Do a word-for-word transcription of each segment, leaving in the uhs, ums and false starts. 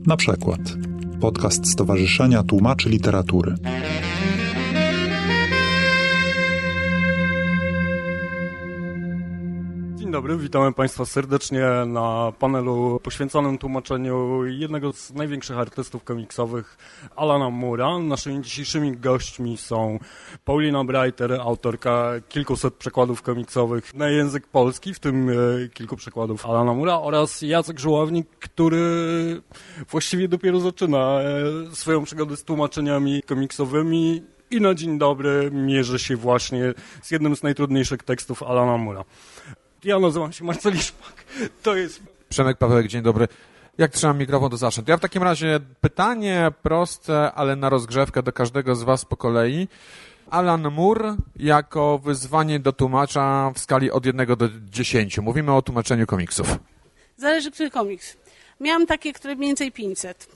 Na przykład podcast Stowarzyszenia Tłumaczy Literatury. Dzień dobry, witamy Państwa serdecznie na panelu poświęconym tłumaczeniu jednego z największych artystów komiksowych, Alana Moore'a. Naszymi dzisiejszymi gośćmi są Paulina Breiter, autorka kilkuset przekładów komiksowych na język polski, w tym kilku przekładów Alana Moore'a, oraz Jacek Żuławnik, który właściwie dopiero zaczyna swoją przygodę z tłumaczeniami komiksowymi i na dzień dobry mierzy się właśnie z jednym z najtrudniejszych tekstów Alana Moore'a. Ja nazywam się Marceli Szpak. To jest... Przemek Pawełek, dzień dobry. Jak trzymam mikrofon, to zacznę. To ja w takim razie pytanie proste, ale na rozgrzewkę do każdego z was po kolei. Alan Moore jako wyzwanie do tłumacza w skali od jednego do dziesięciu. Mówimy o tłumaczeniu komiksów. Zależy, który komiks. Miałam takie, które mniej więcej pięćset.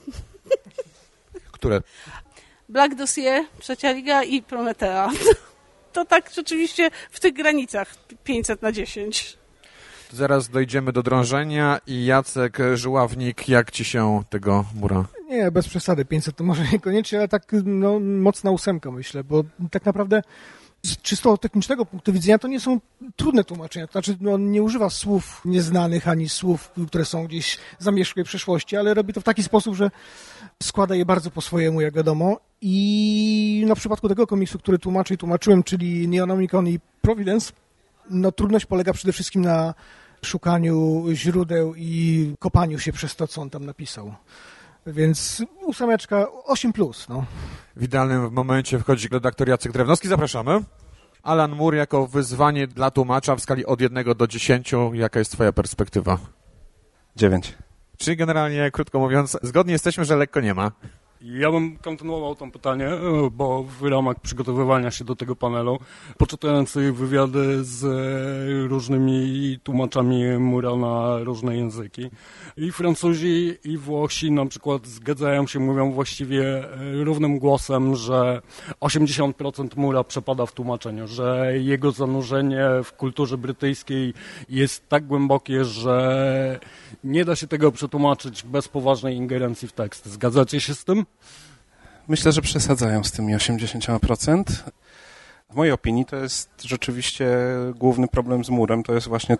Które? Black Dossier, Trzecia Liga i Prometea. To tak rzeczywiście w tych granicach pięćset na dziesięć. Zaraz dojdziemy do drążenia i Jacek Żuławnik, jak ci się tego Moore'a? Nie, bez przesady, pięćset to może niekoniecznie, ale tak no, mocna ósemka myślę, bo tak naprawdę z czysto technicznego punktu widzenia to nie są trudne tłumaczenia, to znaczy no, on nie używa słów nieznanych ani słów, które są gdzieś w zamierzchłej przeszłości, ale robi to w taki sposób, że składa je bardzo po swojemu, jak wiadomo. I na przypadku tego komiksu, który tłumaczę i tłumaczyłem, czyli Neonomicon i Providence, no trudność polega przede wszystkim na szukaniu źródeł i kopaniu się przez to, co on tam napisał. Więc ósemeczka, osiem plus, no. W idealnym momencie wchodzi redaktor Jacek Drewnowski. Zapraszamy. Alan Moore jako wyzwanie dla tłumacza w skali od jednego do dziesięciu. Jaka jest twoja perspektywa? dziewięć. Czyli generalnie, krótko mówiąc, zgodni jesteśmy, że lekko nie ma. Ja bym kontynuował to pytanie, bo w ramach przygotowywania się do tego panelu, poczytając sobie wywiady z różnymi tłumaczami Moore'a na różne języki, i Francuzi, i Włosi na przykład zgadzają się, mówią właściwie równym głosem, że osiemdziesiąt procent Moore'a przepada w tłumaczeniu, że jego zanurzenie w kulturze brytyjskiej jest tak głębokie, że nie da się tego przetłumaczyć bez poważnej ingerencji w tekst. Zgadzacie się z tym? Myślę, że przesadzają z tymi osiemdziesięcioma procent. W mojej opinii to jest rzeczywiście główny problem z Moore'em, to jest właśnie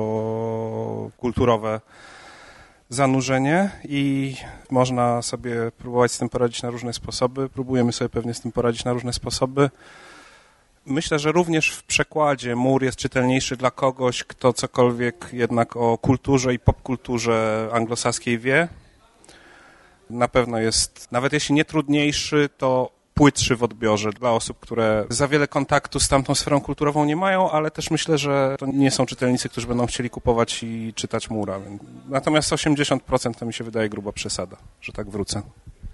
to kulturowe zanurzenie i można sobie próbować z tym poradzić na różne sposoby. Próbujemy sobie pewnie z tym poradzić na różne sposoby. Myślę, że również w przekładzie Moore jest czytelniejszy dla kogoś, kto cokolwiek jednak o kulturze i popkulturze anglosaskiej wie. Na pewno jest, nawet jeśli nie trudniejszy, to płytszy w odbiorze dla osób, które za wiele kontaktu z tamtą sferą kulturową nie mają, ale też myślę, że to nie są czytelnicy, którzy będą chcieli kupować i czytać Moore'a. Natomiast osiemdziesiąt procent to mi się wydaje gruba przesada, że tak wrócę.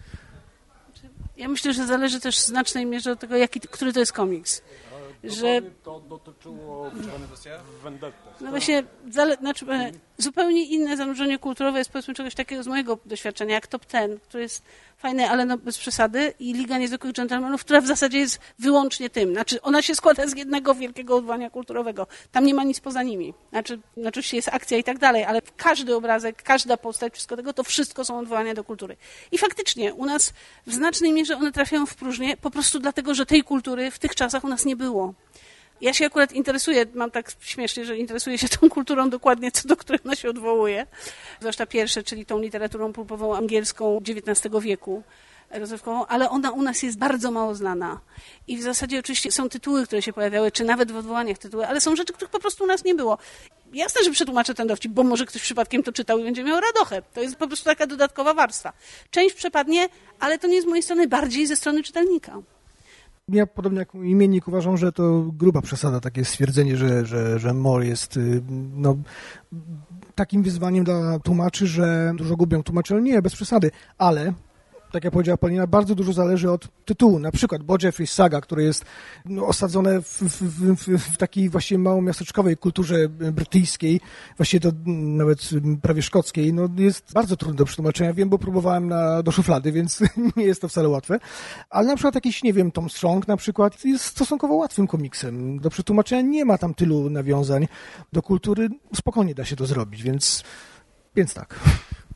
Ja myślę, że zależy też w znacznej mierze od tego, jaki, który to jest komiks. Że to dotyczyło Vendetty. No właśnie, zale, znaczy, zupełnie inne zanurzenie kulturowe jest, powiedzmy, czegoś takiego z mojego doświadczenia, jak Top Ten, który jest fajny, ale no bez przesady, i Liga Niezwykłych Dżentelmenów, która w zasadzie jest wyłącznie tym. Znaczy, ona się składa z jednego wielkiego odwołania kulturowego. Tam nie ma nic poza nimi. Znaczy, oczywiście jest akcja i tak dalej, ale każdy obrazek, każda postać, wszystko tego, to wszystko są odwołania do kultury. I faktycznie u nas w znacznej mierze one trafiają w próżnię, po prostu dlatego, że tej kultury w tych czasach u nas nie było. Ja się akurat interesuję, mam tak śmiesznie, że interesuję się tą kulturą dokładnie, co do której ona się odwołuje. Zwłaszcza pierwsze, czyli tą literaturą pulpową angielską dziewiętnastego wieku, rozrywkową, ale ona u nas jest bardzo mało znana. I w zasadzie oczywiście są tytuły, które się pojawiały, czy nawet w odwołaniach tytuły, ale są rzeczy, których po prostu u nas nie było. Jasne, że przetłumaczę ten dowcip, bo może ktoś przypadkiem to czytał i będzie miał radochę. To jest po prostu taka dodatkowa warstwa. Część przepadnie, ale to nie z mojej strony, bardziej ze strony czytelnika. Ja podobnie jak imiennik uważam, że to gruba przesada, takie stwierdzenie, że, że, że Moore jest no, takim wyzwaniem dla tłumaczy, że dużo gubią tłumaczy, ale nie, bez przesady, ale tak jak powiedziała Paulina, bardzo dużo zależy od tytułu. Na przykład Bo Jeffries Saga, które jest no, osadzone w, w, w, w takiej właśnie małomiasteczkowej kulturze brytyjskiej, właściwie to nawet prawie szkockiej, no, jest bardzo trudne do przetłumaczenia. Wiem, bo próbowałem na, do szuflady, więc nie jest to wcale łatwe. Ale na przykład jakiś, nie wiem, Tom Strong na przykład jest stosunkowo łatwym komiksem. Do przetłumaczenia nie ma tam tylu nawiązań do kultury. Spokojnie da się to zrobić, więc, więc tak.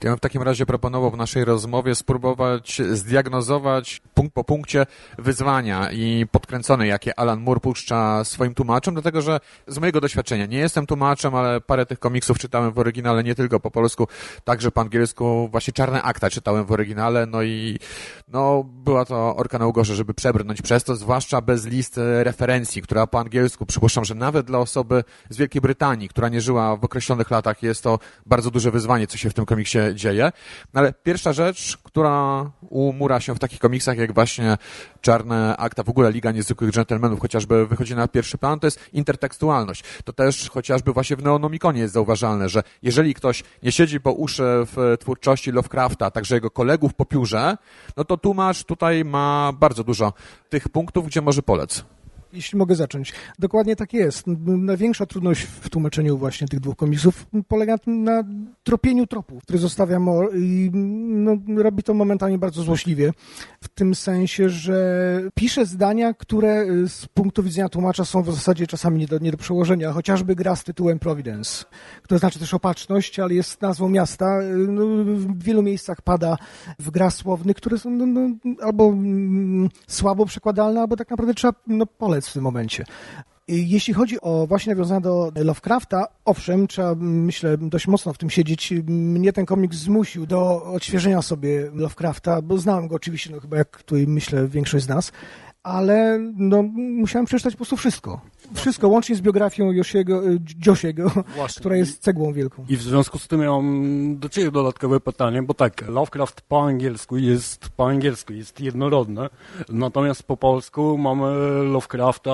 Ja bym w takim razie proponował w naszej rozmowie spróbować zdiagnozować punkt po punkcie wyzwania i podkręcone, jakie Alan Moore puszcza swoim tłumaczom, dlatego że z mojego doświadczenia, nie jestem tłumaczem, ale parę tych komiksów czytałem w oryginale, nie tylko po polsku, także po angielsku, właśnie Czarne Akta czytałem w oryginale, no i no była to orka na ugorze, żeby przebrnąć przez to, zwłaszcza bez listy referencji, która po angielsku, przypuszczam, że nawet dla osoby z Wielkiej Brytanii, która nie żyła w określonych latach, jest to bardzo duże wyzwanie, co się w tym komiksie dzieje. No ale pierwsza rzecz, która u Mura się w takich komiksach, jak właśnie Czarne Akta, w ogóle Liga Niezwykłych Dżentelmenów, chociażby wychodzi na pierwszy plan, to jest intertekstualność. To też chociażby właśnie w Neonomikonie jest zauważalne, że jeżeli ktoś nie siedzi po uszy w twórczości Lovecrafta, także jego kolegów po piórze, no to tłumacz tutaj ma bardzo dużo tych punktów, gdzie może polec. Jeśli mogę zacząć. Dokładnie tak jest. Największa trudność w tłumaczeniu właśnie tych dwóch komiksów polega na tropieniu tropów, które zostawia Moore i no, robi to momentalnie bardzo złośliwie. W tym sensie, że pisze zdania, które z punktu widzenia tłumacza są w zasadzie czasami nie do, nie do przełożenia. Chociażby gra z tytułem Providence, to znaczy też opatrzność, ale jest nazwą miasta. No, w wielu miejscach pada w grach słownych, które są no, no, albo mm, słabo przekładalne, albo tak naprawdę trzeba no, polec w tym momencie. Jeśli chodzi o właśnie nawiązania do Lovecrafta, owszem, trzeba, myślę, dość mocno w tym siedzieć. Mnie ten komiks zmusił do odświeżenia sobie Lovecrafta, bo znałem go oczywiście, no chyba jak tutaj myślę większość z nas, ale no, musiałem przeczytać po prostu wszystko. Wszystko, łącznie z biografią Josiego, Josiego, która jest cegłą wielką. I w związku z tym ja mam do ciebie dodatkowe pytanie, bo tak, Lovecraft po angielsku jest po angielsku jest jednorodne, natomiast po polsku mamy Lovecrafta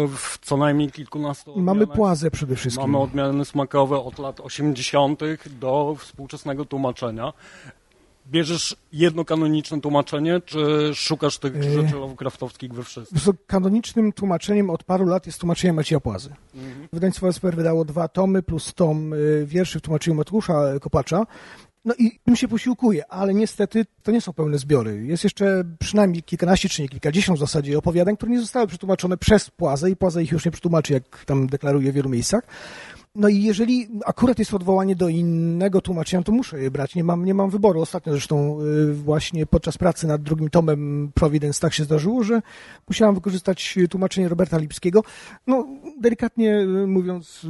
w co najmniej kilkunastu odmianach. Mamy Płazę przede wszystkim. Mamy odmiany smakowe od lat osiemdziesiątych do współczesnego tłumaczenia. Bierzesz jedno kanoniczne tłumaczenie, czy szukasz tych rzeczy Lovecraftowskich we wszystkich? Kanonicznym tłumaczeniem od paru lat jest tłumaczenie Macieja Płazy. Mhm. Wydawnictwo S P R wydało dwa tomy plus tom wierszy w tłumaczeniu Mateusza Kopacza. No i tym się posiłkuje, ale niestety to nie są pełne zbiory. Jest jeszcze przynajmniej kilkanaście czy nie kilkadziesiąt w zasadzie opowiadań, które nie zostały przetłumaczone przez Płazę i Płaza ich już nie przetłumaczy, jak tam deklaruje w wielu miejscach. No i jeżeli akurat jest odwołanie do innego tłumaczenia, to muszę je brać. Nie mam, nie mam wyboru. Ostatnio zresztą właśnie podczas pracy nad drugim tomem Providence tak się zdarzyło, że musiałam wykorzystać tłumaczenie Roberta Lipskiego. No, delikatnie mówiąc,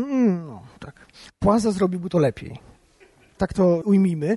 no tak, Płaza zrobiłby to lepiej. Tak to ujmijmy.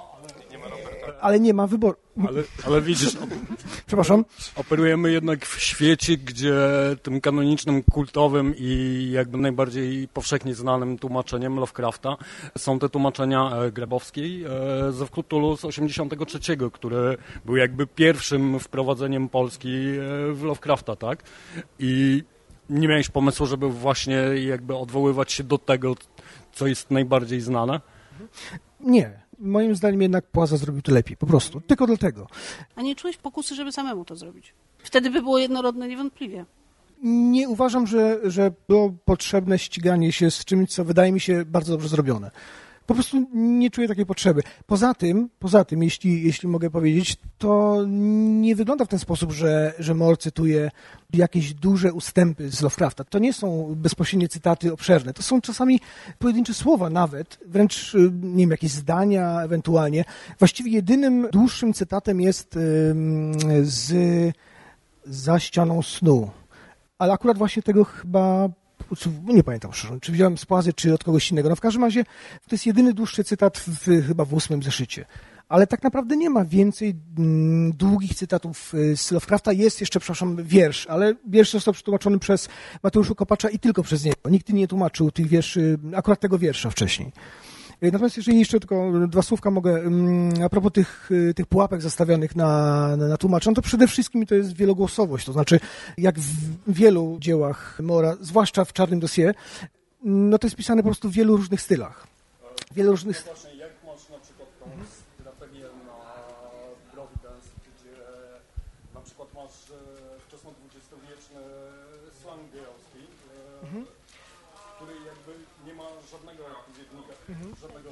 Ale nie ma wyboru. Ale, ale widzisz, przepraszam. Operujemy jednak w świecie, gdzie tym kanonicznym, kultowym i jakby najbardziej powszechnie znanym tłumaczeniem Lovecrafta są te tłumaczenia Grabowskiej ze Cthulhu z osiemdziesiątego trzeciego, który był jakby pierwszym wprowadzeniem Polski w Lovecrafta, tak? I nie miałeś pomysłu, żeby właśnie jakby odwoływać się do tego, co jest najbardziej znane? Nie. Moim zdaniem jednak Płaza zrobił to lepiej, po prostu. Tylko dlatego. A nie czułeś pokusy, żeby samemu to zrobić? Wtedy by było jednorodne niewątpliwie. Nie uważam, że, że było potrzebne ściganie się z czymś, co wydaje mi się bardzo dobrze zrobione. Po prostu nie czuję takiej potrzeby. Poza tym, poza tym, jeśli, jeśli mogę powiedzieć, to nie wygląda w ten sposób, że, że Moore cytuje jakieś duże ustępy z Lovecrafta. To nie są bezpośrednie cytaty obszerne. To są czasami pojedyncze słowa nawet, wręcz, nie wiem, jakieś zdania ewentualnie. Właściwie jedynym dłuższym cytatem jest z Za ścianą snu. Ale akurat właśnie tego chyba... nie pamiętam szczerze, czy wziąłem z Płazy, czy od kogoś innego. No w każdym razie to jest jedyny dłuższy cytat w, chyba w ósmym zeszycie. Ale tak naprawdę nie ma więcej mm, długich cytatów z Lovecrafta. Jest jeszcze, przepraszam, wiersz, ale wiersz został przetłumaczony przez Mateusza Kopacza i tylko przez niego. Nikt nie tłumaczył tych wierszy, akurat tego wiersza wcześniej. Natomiast jeżeli jeszcze tylko dwa słówka mogę, a propos tych, tych pułapek zastawionych na, na, na tłumaczeń, to przede wszystkim to jest wielogłosowość, to znaczy jak w wielu dziełach Moora, zwłaszcza w Czarnym Dossier, no to jest pisane po prostu w wielu różnych stylach. Wielu różnych st- Właśnie, jak masz na przykład tą strategię na Providence, gdzie na przykład masz wczesnodwudziestowieczny slang gejowski, mhm. który jakby nie ma żadnego odpowiednika, mhm. żadnego,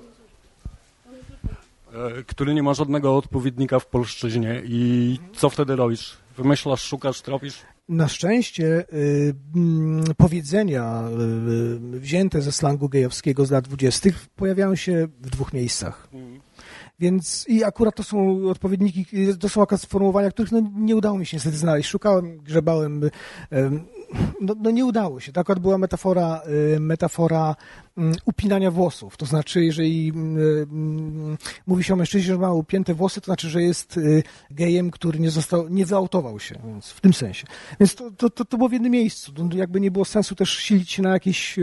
który nie ma żadnego odpowiednika w polszczyźnie i mhm. co wtedy robisz? Wymyślasz, szukasz, tropisz? Na szczęście y, y, powiedzenia y, wzięte ze slangu gejowskiego z lat dwudziestych pojawiają się w dwóch miejscach. Mhm. Więc i akurat to są odpowiedniki, to są akurat sformułowania, których no, nie udało mi się niestety znaleźć. Szukałem, grzebałem, no, no nie udało się. To akurat była metafora, metafora upinania włosów. To znaczy, jeżeli mówi się o mężczyźnie, że ma upięte włosy, to znaczy, że jest gejem, który nie został, nie wyautował się, więc w tym sensie. Więc to, to, to, to było w jednym miejscu. To jakby nie było sensu też silić się na jakieś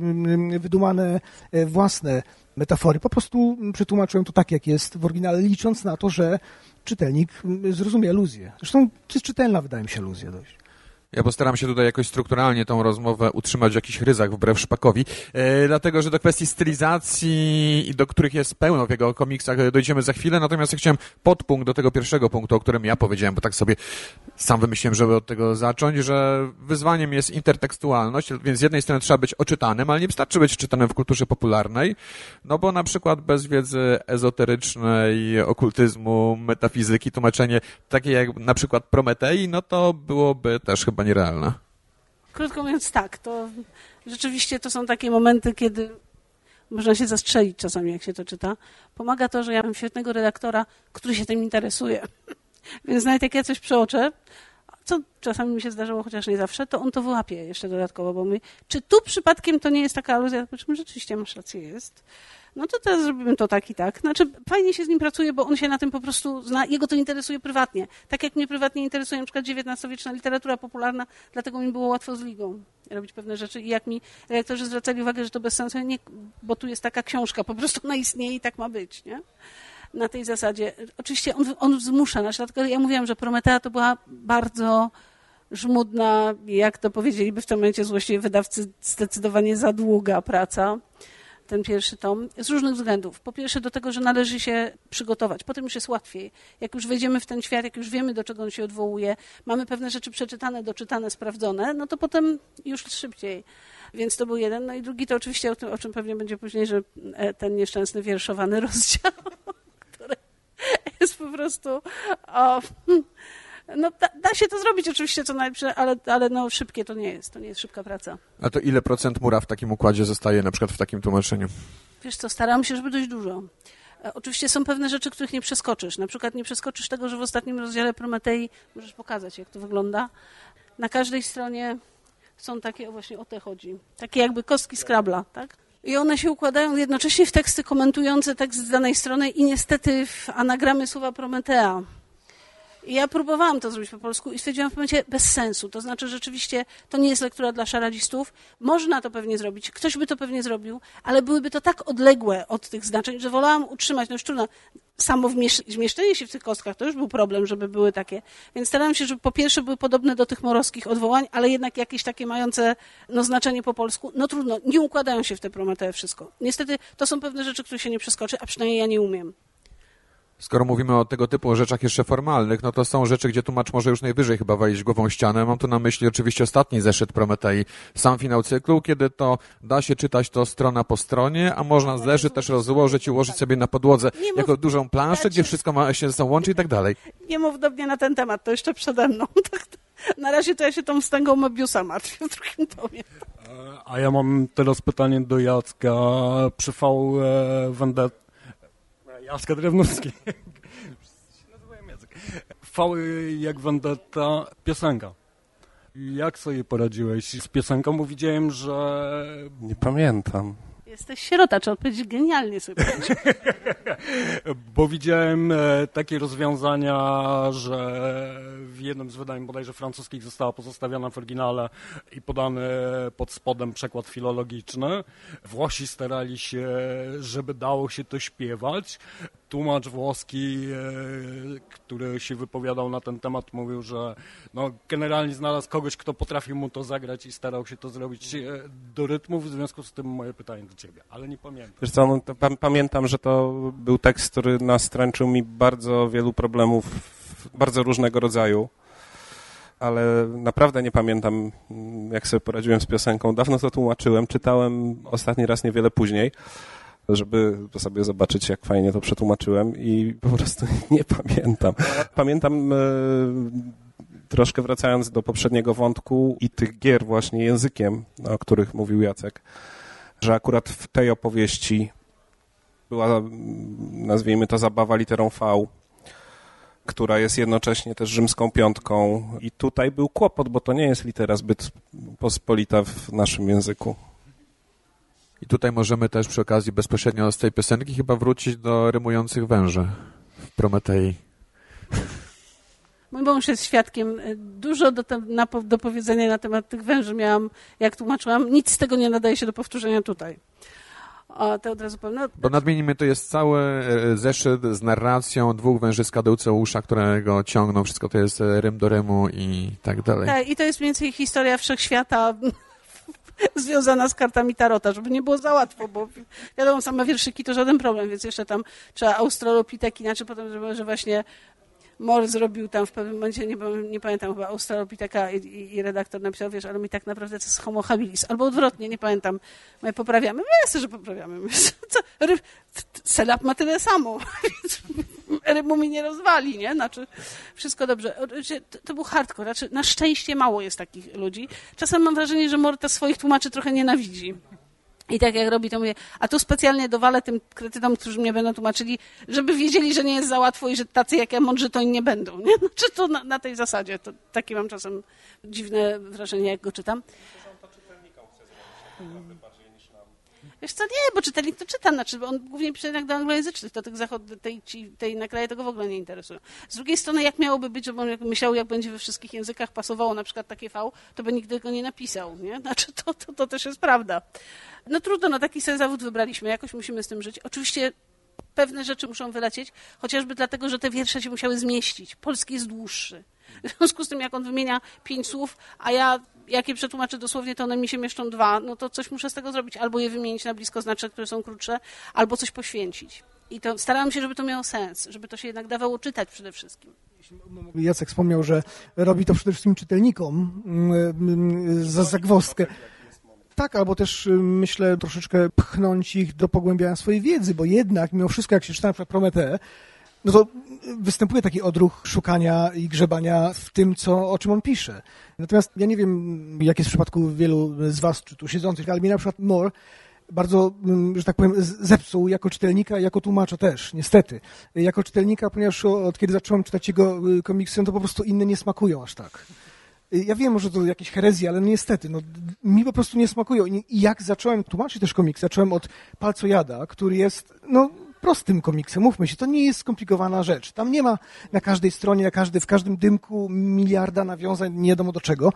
wydumane własne metafory. Po prostu przetłumaczyłem to tak, jak jest w oryginale, licząc na to, że czytelnik zrozumie aluzję. Zresztą to jest czytelna, wydaje mi się, aluzja dość. Ja postaram się tutaj jakoś strukturalnie tą rozmowę utrzymać w jakichś ryzach, wbrew Szpakowi, e, dlatego, że do kwestii stylizacji, do których jest pełno w jego komiksach, dojdziemy za chwilę, natomiast ja chciałem podpunkt do tego pierwszego punktu, o którym ja powiedziałem, bo tak sobie sam wymyśliłem, żeby od tego zacząć, że wyzwaniem jest intertekstualność, więc z jednej strony trzeba być oczytanym, ale nie wystarczy być czytanym w kulturze popularnej, no bo na przykład bez wiedzy ezoterycznej, okultyzmu, metafizyki, tłumaczenie takie jak na przykład Prometei, no to byłoby też chyba nierealne. Krótko mówiąc tak, to rzeczywiście to są takie momenty, kiedy można się zastrzelić czasami, jak się to czyta. Pomaga to, że ja mam świetnego redaktora, który się tym interesuje. Więc nawet jak ja coś przeoczę, co czasami mi się zdarzyło, chociaż nie zawsze, to on to wyłapie jeszcze dodatkowo, bo mówi, czy tu przypadkiem to nie jest taka aluzja? Powiedzmy, rzeczywiście masz rację, jest. No to teraz zrobimy to tak i tak. Znaczy, fajnie się z nim pracuje, bo on się na tym po prostu zna, jego to interesuje prywatnie. Tak jak mnie prywatnie interesuje na przykład dziewiętnastowieczna literatura popularna, dlatego mi było łatwo z Ligą robić pewne rzeczy i jak mi redaktorzy zwracali uwagę, że to bez sensu, nie, bo tu jest taka książka, po prostu ona istnieje i tak ma być, nie? Na tej zasadzie. Oczywiście on, on zmusza nas, dlatego ja mówiłam, że Prometea to była bardzo żmudna, jak to powiedzieliby w tym momencie złośliwie wydawcy, zdecydowanie za długa praca, ten pierwszy tom, z różnych względów. Po pierwsze do tego, że należy się przygotować, potem już jest łatwiej. Jak już wejdziemy w ten świat, jak już wiemy, do czego on się odwołuje, mamy pewne rzeczy przeczytane, doczytane, sprawdzone, no to potem już szybciej. Więc to był jeden. No i drugi to oczywiście o tym, o czym pewnie będzie później, że ten nieszczęsny wierszowany rozdział, który jest po prostu... O, no da, da się to zrobić oczywiście co najlepsze, ale, ale no szybkie to nie jest. To nie jest szybka praca. A to ile procent mura w takim układzie zostaje na przykład w takim tłumaczeniu? Wiesz co, staram się, żeby dość dużo. E, oczywiście są pewne rzeczy, których nie przeskoczysz. Na przykład nie przeskoczysz tego, że w ostatnim rozdziale Prometei, możesz pokazać, jak to wygląda. Na każdej stronie są takie, o właśnie o te chodzi, takie jakby kostki Scrabbla, tak? I one się układają jednocześnie w teksty komentujące tekst z danej strony i niestety w anagramy słowa Prometea. I ja próbowałam to zrobić po polsku i stwierdziłam w pewnym momencie bez sensu. To znaczy rzeczywiście to nie jest lektura dla szaradzistów. Można to pewnie zrobić, ktoś by to pewnie zrobił, ale byłyby to tak odległe od tych znaczeń, że wolałam utrzymać, no już trudno, samo zmieszczenie się w tych kostkach to już był problem, żeby były takie. Więc starałam się, żeby po pierwsze były podobne do tych morowskich odwołań, ale jednak jakieś takie mające no, znaczenie po polsku. No trudno, nie układają się w te Prometee wszystko. Niestety to są pewne rzeczy, które się nie przeskoczy, a przynajmniej ja nie umiem. Skoro mówimy o tego typu rzeczach jeszcze formalnych, no to są rzeczy, gdzie tłumacz może już najwyżej chyba wejść głową w ścianę. Mam tu na myśli oczywiście ostatni zeszyt Prometei, sam finał cyklu, kiedy to da się czytać to strona po stronie, a można zeszyt też rozłożyć i ułożyć sobie na podłodze jako mów, dużą planszę, gdzie wszystko ma się ze sobą łączy i tak dalej. Nie mów do mnie na ten temat, to jeszcze przede mną. Na razie to ja się tą wstęgą Mobiusa martwię w drugim tomie. A ja mam teraz pytanie do Jacka. Przy V Vendetta Jacka Drewnowski. V jak Vendetta, piosenka. Jak sobie poradziłeś z piosenką? Bo widziałem, że... Nie pamiętam. Jesteś sierota, trzeba odpowiedzieć genialnie sobie. Bo widziałem takie rozwiązania, że w jednym z wydań bodajże francuskich została pozostawiona w oryginale i podany pod spodem przekład filologiczny. Włosi starali się, żeby dało się to śpiewać. Tłumacz włoski, który się wypowiadał na ten temat, mówił, że no, generalnie znalazł kogoś, kto potrafił mu to zagrać i starał się to zrobić do rytmu. W związku z tym moje pytanie do ciebie, ale nie pamiętam. Wiesz co, no, to pa- pamiętam, że to był tekst, który nastręczył mi bardzo wielu problemów, bardzo różnego rodzaju, ale naprawdę nie pamiętam, jak sobie poradziłem z piosenką. Dawno to tłumaczyłem, czytałem ostatni raz niewiele później, żeby sobie zobaczyć, jak fajnie to przetłumaczyłem i po prostu nie pamiętam. Pamiętam, e, troszkę wracając do poprzedniego wątku i tych gier właśnie językiem, o których mówił Jacek, że akurat w tej opowieści była, nazwijmy to, zabawa literą V, która jest jednocześnie też rzymską piątką. I tutaj był kłopot, bo to nie jest litera zbyt pospolita w naszym języku. I tutaj możemy też przy okazji bezpośrednio z tej piosenki chyba wrócić do rymujących węży w Prometei. Mój mąż jest świadkiem. Dużo do, te, na, do powiedzenia na temat tych węży miałam, jak tłumaczyłam. Nic z tego nie nadaje się do powtórzenia tutaj. O, to od razu powiem. No, Bo nadmienimy, to jest cały zeszyt z narracją dwóch węży z kadełceusza, które go ciągną. Wszystko to jest rym do rymu i tak dalej. Tak, i to jest mniej więcej historia wszechświata związana z kartami tarota, żeby nie było za łatwo, bo wiadomo, same wierszyki to żaden problem, więc jeszcze tam trzeba australopiteki, znaczy potem, że właśnie More zrobił tam w pewnym momencie, nie, nie pamiętam, chyba australopiteka i, i, i redaktor napisał, wiesz, ale mi tak naprawdę to jest homo habilis, albo odwrotnie, nie pamiętam, my poprawiamy, my jasne, że poprawiamy. Co, ryb, Selap ma tyle samo, więc rymu mi nie rozwali, nie? Znaczy, wszystko dobrze. To, to był hardcore, znaczy, na szczęście mało jest takich ludzi. Czasem mam wrażenie, że More swoich tłumaczy trochę nienawidzi. I tak jak robi, to mówię, a tu specjalnie dowalę tym kretynom, którzy mnie będą tłumaczyli, żeby wiedzieli, że nie jest za łatwo i że tacy jak ja mądrzy to nie będą. Nie? Znaczy to na, na tej zasadzie. To takie mam czasem dziwne wrażenie, jak go czytam. Wiesz co, nie, bo czytelnik to czyta, znaczy, bo on głównie pisze jednak do anglojęzycznych, to tych zachodnich, tej, tej nakraje tego w ogóle nie interesują. Z drugiej strony, jak miałoby być, żeby on myślał, jak będzie we wszystkich językach pasowało na przykład takie V, to by nigdy go nie napisał, nie? Znaczy, to, to, to też jest prawda. No trudno, no taki sobie zawód wybraliśmy, jakoś musimy z tym żyć. Oczywiście pewne rzeczy muszą wylecieć, chociażby dlatego, że te wiersze się musiały zmieścić. Polski jest dłuższy. W związku z tym, jak on wymienia pięć słów, a ja, jak je przetłumaczę dosłownie, to one mi się mieszczą dwa, no to coś muszę z tego zrobić. Albo je wymienić na bliskoznaczne, które są krótsze, albo coś poświęcić. I to starałam się, żeby to miało sens, żeby to się jednak dawało czytać przede wszystkim. Jacek wspomniał, że robi to przede wszystkim czytelnikom za zagwozdkę. Tak, albo też myślę troszeczkę pchnąć ich do pogłębiania swojej wiedzy, bo jednak mimo wszystko, jak się czyta na przykład Prometeę, no to występuje taki odruch szukania i grzebania w tym, co, o czym on pisze. Natomiast ja nie wiem, jak jest w przypadku wielu z was, czy tu siedzących, ale mnie na przykład More bardzo, że tak powiem, zepsuł jako czytelnika i jako tłumacza też, niestety. Jako czytelnika, ponieważ od kiedy zacząłem czytać jego komiksy, to po prostu inne nie smakują aż tak. Ja wiem, może to jakieś herezje, ale niestety, no, mi po prostu nie smakują. I jak zacząłem tłumaczyć też komiks, zacząłem od Palcojada, który jest, no, prostym komiksem, mówmy się, to nie jest skomplikowana rzecz. Tam nie ma na każdej stronie, na każdy, w każdym dymku miliarda nawiązań, nie wiadomo do czego.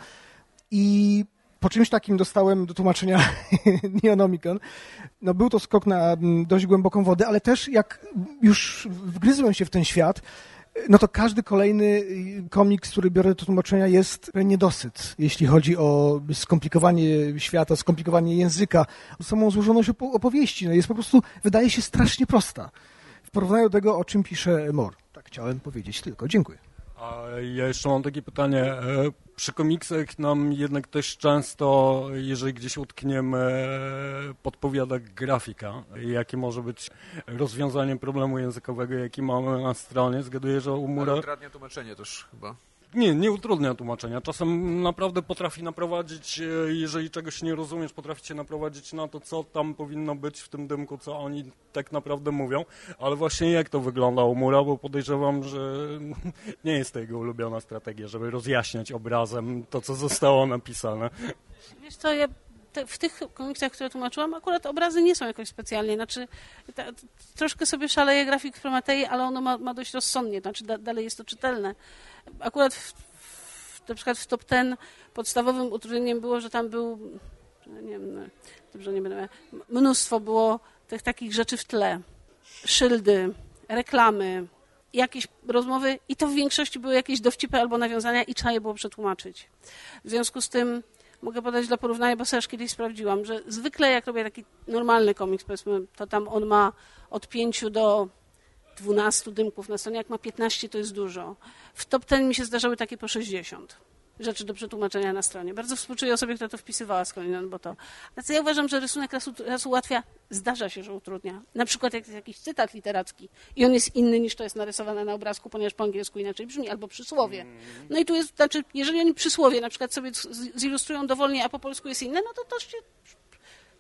I po czymś takim dostałem do tłumaczenia Neonomicon. No, był to skok na dość głęboką wodę, ale też jak już wgryzłem się w ten świat, no to każdy kolejny komiks, który biorę do tłumaczenia, jest niedosyt, jeśli chodzi o skomplikowanie świata, skomplikowanie języka, samą złożoność opowieści. No jest po prostu, wydaje się, strasznie prosta w porównaniu do tego, o czym pisze More. Tak chciałem powiedzieć tylko. Dziękuję. A ja jeszcze mam takie pytanie. Przy komiksach nam jednak też często, jeżeli gdzieś utkniemy, podpowiada grafika, jakie może być rozwiązanie problemu językowego, jaki mamy na stronie. Zgaduję, że u Mura... Ale utrudnia tłumaczenie też chyba. Nie, nie utrudnia tłumaczenia. Czasem naprawdę potrafi naprowadzić, jeżeli czegoś nie rozumiesz, potrafi cię naprowadzić na to, co tam powinno być w tym dymku, co oni tak naprawdę mówią. Ale właśnie jak to wygląda u Mura, bo podejrzewam, że nie jest to jego ulubiona strategia, żeby rozjaśniać obrazem to, co zostało napisane. Wiesz co, ja te, w tych komiksach, które tłumaczyłam, akurat obrazy nie są jakoś specjalnie. Znaczy, ta, troszkę sobie szaleje grafik w Prometei, ale ono ma, ma dość rozsądnie, znaczy da, dalej jest to czytelne. Akurat w, w, na przykład w top ten podstawowym utrudnieniem było, że tam był, nie wiem, no, dobrze nie będę, mnóstwo było tych takich rzeczy w tle. Szyldy, reklamy, jakieś rozmowy i to w większości były jakieś dowcipy albo nawiązania i trzeba je było przetłumaczyć. W związku z tym mogę podać dla porównania, bo też kiedyś sprawdziłam, że zwykle jak robię taki normalny komiks, powiedzmy, to tam on ma od pięciu do dwunastu dymków na stronie, jak ma piętnaście, to jest dużo. W top ten mi się zdarzały takie po sześćdziesiąt rzeczy do przetłumaczenia na stronie. Bardzo współczuję osobie, która to wpisywała skądinąd, bo to... Znaczy ja uważam, że rysunek raz, raz ułatwia, zdarza się, że utrudnia. Na przykład jak jest jakiś cytat literacki i on jest inny niż to jest narysowane na obrazku, ponieważ po angielsku inaczej brzmi, albo przysłowie. No i tu jest, znaczy, jeżeli oni przysłowie na przykład sobie zilustrują dowolnie, a po polsku jest inne, no to to się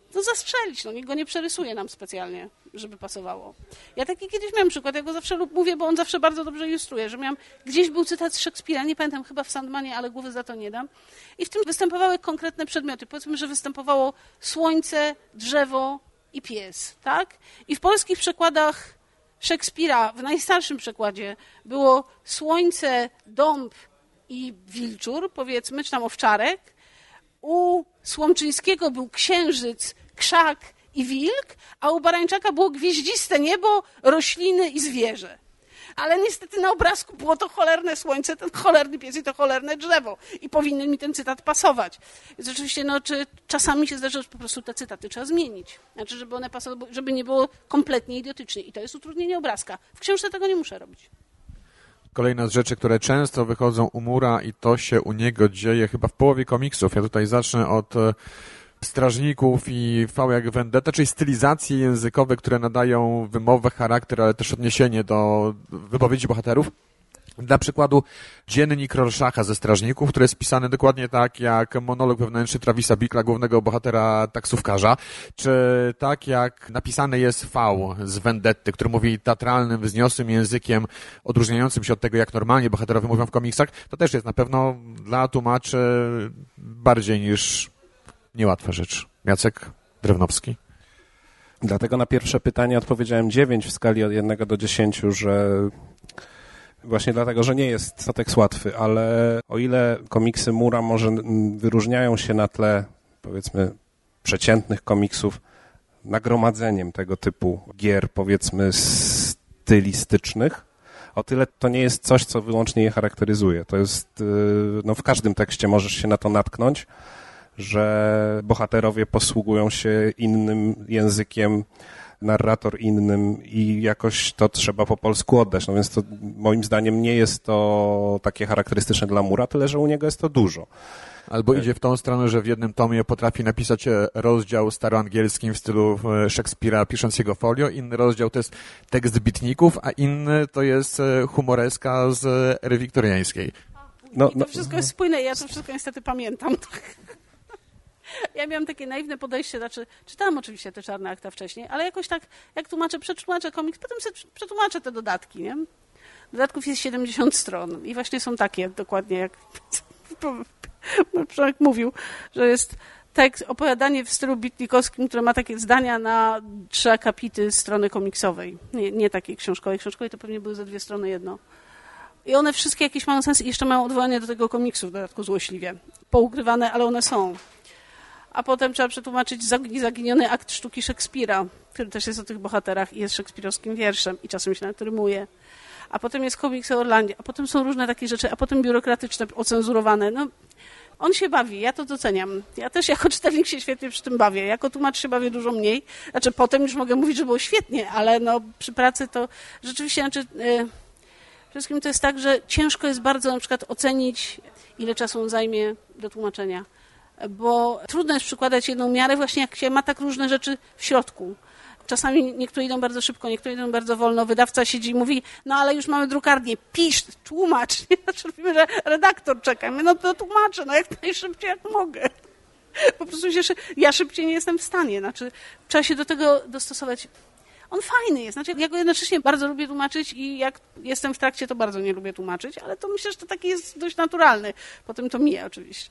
to zastrzelić, no nikt go nie przerysuje nam specjalnie, żeby pasowało. Ja taki kiedyś miałem przykład, ja go zawsze lub mówię, bo on zawsze bardzo dobrze ilustruje, że miałam, gdzieś był cytat z Szekspira, nie pamiętam, chyba w Sandmanie, ale głowy za to nie dam. I w tym występowały konkretne przedmioty. Powiedzmy, że występowało słońce, drzewo i pies, tak? I w polskich przekładach Szekspira, w najstarszym przekładzie, było słońce, dąb i wilczur, powiedzmy, czy tam owczarek. U Słomczyńskiego był księżyc, krzak i wilk, a u Barańczaka było gwieździste niebo, rośliny i zwierzę. Ale niestety na obrazku było to cholerne słońce, ten cholerny pies i to cholerne drzewo. I powinien mi ten cytat pasować. Więc oczywiście, no, czy czasami się zdarza, że po prostu te cytaty trzeba zmienić. Znaczy, żeby one pasowały, żeby nie było kompletnie idiotycznie. I to jest utrudnienie obrazka. W książce tego nie muszę robić. Kolejna z rzeczy, które często wychodzą u Mura i to się u niego dzieje chyba w połowie komiksów. Ja tutaj zacznę od Strażników i V jak Vendetta, czyli stylizacje językowe, które nadają wymowę, charakter, ale też odniesienie do wypowiedzi bohaterów. Dla przykładu dziennik Rorschacha ze Strażników, który jest pisany dokładnie tak jak monolog wewnętrzny Travisa Bickla, głównego bohatera taksówkarza, czy tak jak napisany jest V z Vendetty, który mówi teatralnym, wzniosłym językiem, odróżniającym się od tego, jak normalnie bohaterowie mówią w komiksach. To też jest na pewno dla tłumaczy bardziej niż niełatwa rzecz. Jacek Drewnowski. Dlatego na pierwsze pytanie odpowiedziałem dziewięć w skali od jednego do dziesięciu, że właśnie dlatego, że nie jest to tekst łatwy, ale o ile komiksy Mura może wyróżniają się na tle, powiedzmy, przeciętnych komiksów nagromadzeniem tego typu gier, powiedzmy, stylistycznych, o tyle to nie jest coś, co wyłącznie je charakteryzuje. To jest, no w każdym tekście możesz się na to natknąć, że bohaterowie posługują się innym językiem, narrator innym i jakoś to trzeba po polsku oddać. No więc to moim zdaniem nie jest to takie charakterystyczne dla Mura, tyle że u niego jest to dużo. Albo idzie w tą stronę, że w jednym tomie potrafi napisać rozdział staroangielskim w stylu Szekspira, pisząc jego folio, inny rozdział to jest tekst bitników, a inny to jest humoreska z ery wiktoriańskiej. No, I to wszystko jest spójne, ja to wszystko niestety pamiętam. Ja miałam takie naiwne podejście, znaczy czytałam oczywiście te Czarne Akta wcześniej, ale jakoś tak, jak tłumaczę, przetłumaczę komiks, potem sobie przetłumaczę te dodatki, nie? Dodatków jest siedemdziesiąt stron i właśnie są takie dokładnie, jak Przemek mówił, że jest tekst, opowiadanie w stylu bitnikowskim, które ma takie zdania na trzy akapity strony komiksowej, nie, nie takiej książkowej. Książkowej to pewnie były ze dwie strony jedno. I one wszystkie jakieś mają sens i jeszcze mają odwołanie do tego komiksu w dodatku złośliwie. Poukrywane, ale one są. A potem trzeba przetłumaczyć Zaginiony akt sztuki Szekspira, który też jest o tych bohaterach i jest szekspirowskim wierszem i czasem się nawet rymuje. A potem jest komiks o Orlandzie, a potem są różne takie rzeczy, a potem biurokratyczne, ocenzurowane. No, on się bawi, ja to doceniam. Ja też jako czytelnik się świetnie przy tym bawię. Jako tłumacz się bawię dużo mniej. Znaczy potem już mogę mówić, że było świetnie, ale no, przy pracy to rzeczywiście, znaczy, yy, przede wszystkim to jest tak, że ciężko jest bardzo na przykład ocenić, ile czasu on zajmie do tłumaczenia. Bo trudno jest przykładać jedną miarę właśnie jak się ma tak różne rzeczy w środku. Czasami niektóre idą bardzo szybko, niektóre idą bardzo wolno. Wydawca siedzi i mówi, no ale już mamy drukarnię, pisz, tłumacz. Znaczy mówimy, że redaktor czeka. My, no to tłumaczę, no jak najszybciej jak mogę. Po prostu się, ja szybciej nie jestem w stanie. Znaczy trzeba się do tego dostosować. On fajny jest. Znaczy ja go jednocześnie bardzo lubię tłumaczyć i jak jestem w trakcie, to bardzo nie lubię tłumaczyć, ale to myślę, że to taki jest dość naturalny. Potem to mija oczywiście.